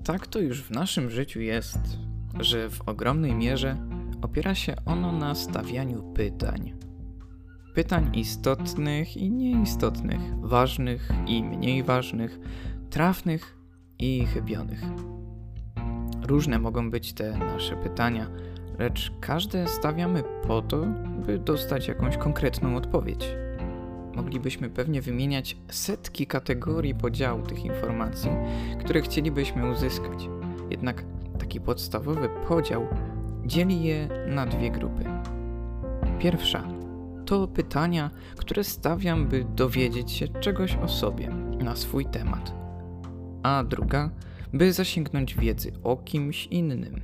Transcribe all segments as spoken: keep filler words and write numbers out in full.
Tak to już w naszym życiu jest, że w ogromnej mierze opiera się ono na stawianiu pytań. Pytań istotnych i nieistotnych, ważnych i mniej ważnych, trafnych i chybionych. Różne mogą być te nasze pytania, lecz każde stawiamy po to, by dostać jakąś konkretną odpowiedź. Moglibyśmy pewnie wymieniać setki kategorii podziału tych informacji, które chcielibyśmy uzyskać. Jednak taki podstawowy podział dzieli je na dwie grupy. Pierwsza to pytania, które stawiam, by dowiedzieć się czegoś o sobie, na swój temat. A druga, by zasięgnąć wiedzy o kimś innym.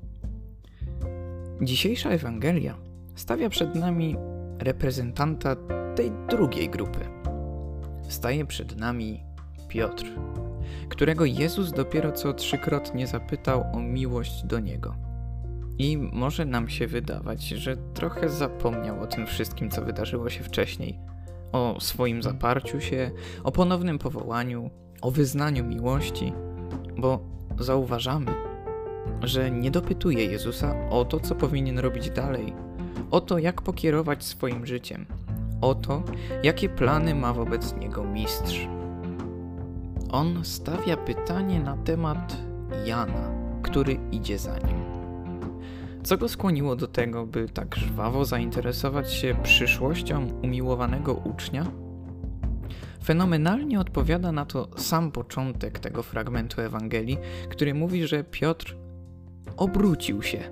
Dzisiejsza Ewangelia stawia przed nami reprezentanta tej drugiej grupy. Staje przed nami Piotr, którego Jezus dopiero co trzykrotnie zapytał o miłość do Niego. I może nam się wydawać, że trochę zapomniał o tym wszystkim, co wydarzyło się wcześniej. O swoim zaparciu się, o ponownym powołaniu, o wyznaniu miłości, bo zauważamy, że nie dopytuje Jezusa o to, co powinien robić dalej, o to, jak pokierować swoim życiem, o to, jakie plany ma wobec Niego Mistrz. On stawia pytanie na temat Jana, który idzie za nim. Co go skłoniło do tego, by tak żwawo zainteresować się przyszłością umiłowanego ucznia? Fenomenalnie odpowiada na to sam początek tego fragmentu Ewangelii, który mówi, że Piotr obrócił się.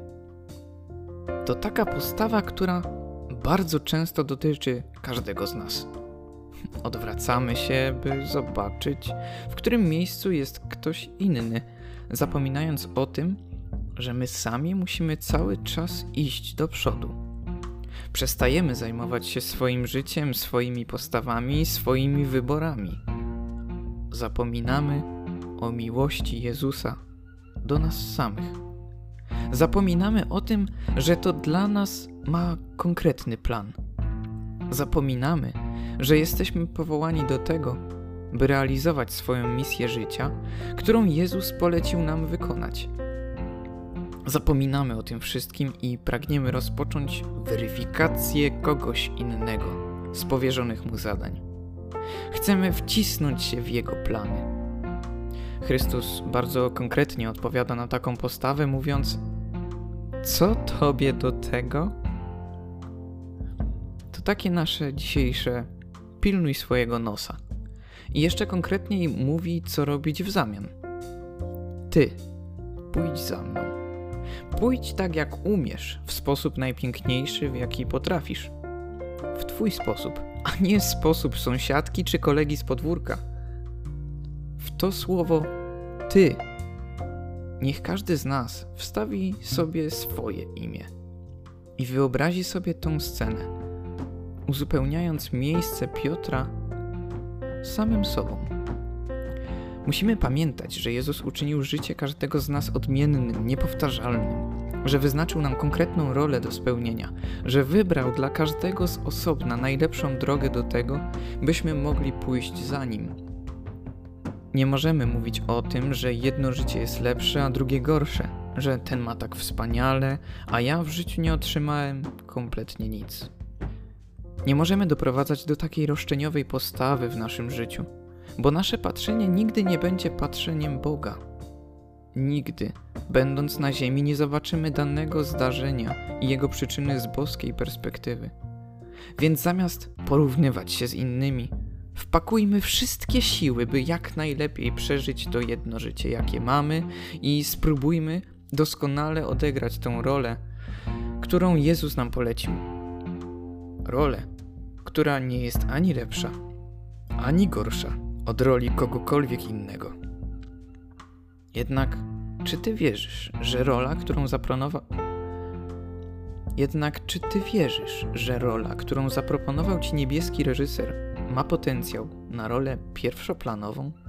To taka postawa, która bardzo często dotyczy każdego z nas. Odwracamy się, by zobaczyć, w którym miejscu jest ktoś inny, zapominając o tym, że my sami musimy cały czas iść do przodu. Przestajemy zajmować się swoim życiem, swoimi postawami, swoimi wyborami. Zapominamy o miłości Jezusa do nas samych. Zapominamy o tym, że to dla nas ma konkretny plan. Zapominamy, że jesteśmy powołani do tego, by realizować swoją misję życia, którą Jezus polecił nam wykonać. Zapominamy o tym wszystkim i pragniemy rozpocząć weryfikację kogoś innego z powierzonych mu zadań. Chcemy wcisnąć się w Jego plany. Chrystus bardzo konkretnie odpowiada na taką postawę, mówiąc: co tobie do tego? To takie nasze dzisiejsze pilnuj swojego nosa. I jeszcze konkretniej mówi, co robić w zamian. Ty, pójdź za mną. Pójdź tak, jak umiesz, w sposób najpiękniejszy, w jaki potrafisz. W twój sposób, a nie w sposób sąsiadki czy kolegi z podwórka. W to słowo ty niech każdy z nas wstawi sobie swoje imię i wyobrazi sobie tą scenę, uzupełniając miejsce Piotra samym sobą. Musimy pamiętać, że Jezus uczynił życie każdego z nas odmiennym, niepowtarzalnym, że wyznaczył nam konkretną rolę do spełnienia, że wybrał dla każdego z osobna najlepszą drogę do tego, byśmy mogli pójść za Nim. Nie możemy mówić o tym, że jedno życie jest lepsze, a drugie gorsze, że ten ma tak wspaniale, a ja w życiu nie otrzymałem kompletnie nic. Nie możemy doprowadzać do takiej roszczeniowej postawy w naszym życiu, bo nasze patrzenie nigdy nie będzie patrzeniem Boga. Nigdy, będąc na ziemi, nie zobaczymy danego zdarzenia i jego przyczyny z boskiej perspektywy. Więc zamiast porównywać się z innymi, wpakujmy wszystkie siły, by jak najlepiej przeżyć to jedno życie, jakie mamy, i spróbujmy doskonale odegrać tę rolę, którą Jezus nam polecił. Rolę, która nie jest ani lepsza, ani gorsza od roli kogokolwiek innego. Jednak czy ty wierzysz, że rola, którą zaproponował... Jednak czy ty wierzysz, że rola, którą zaproponował ci niebieski reżyser, ma potencjał na rolę pierwszoplanową?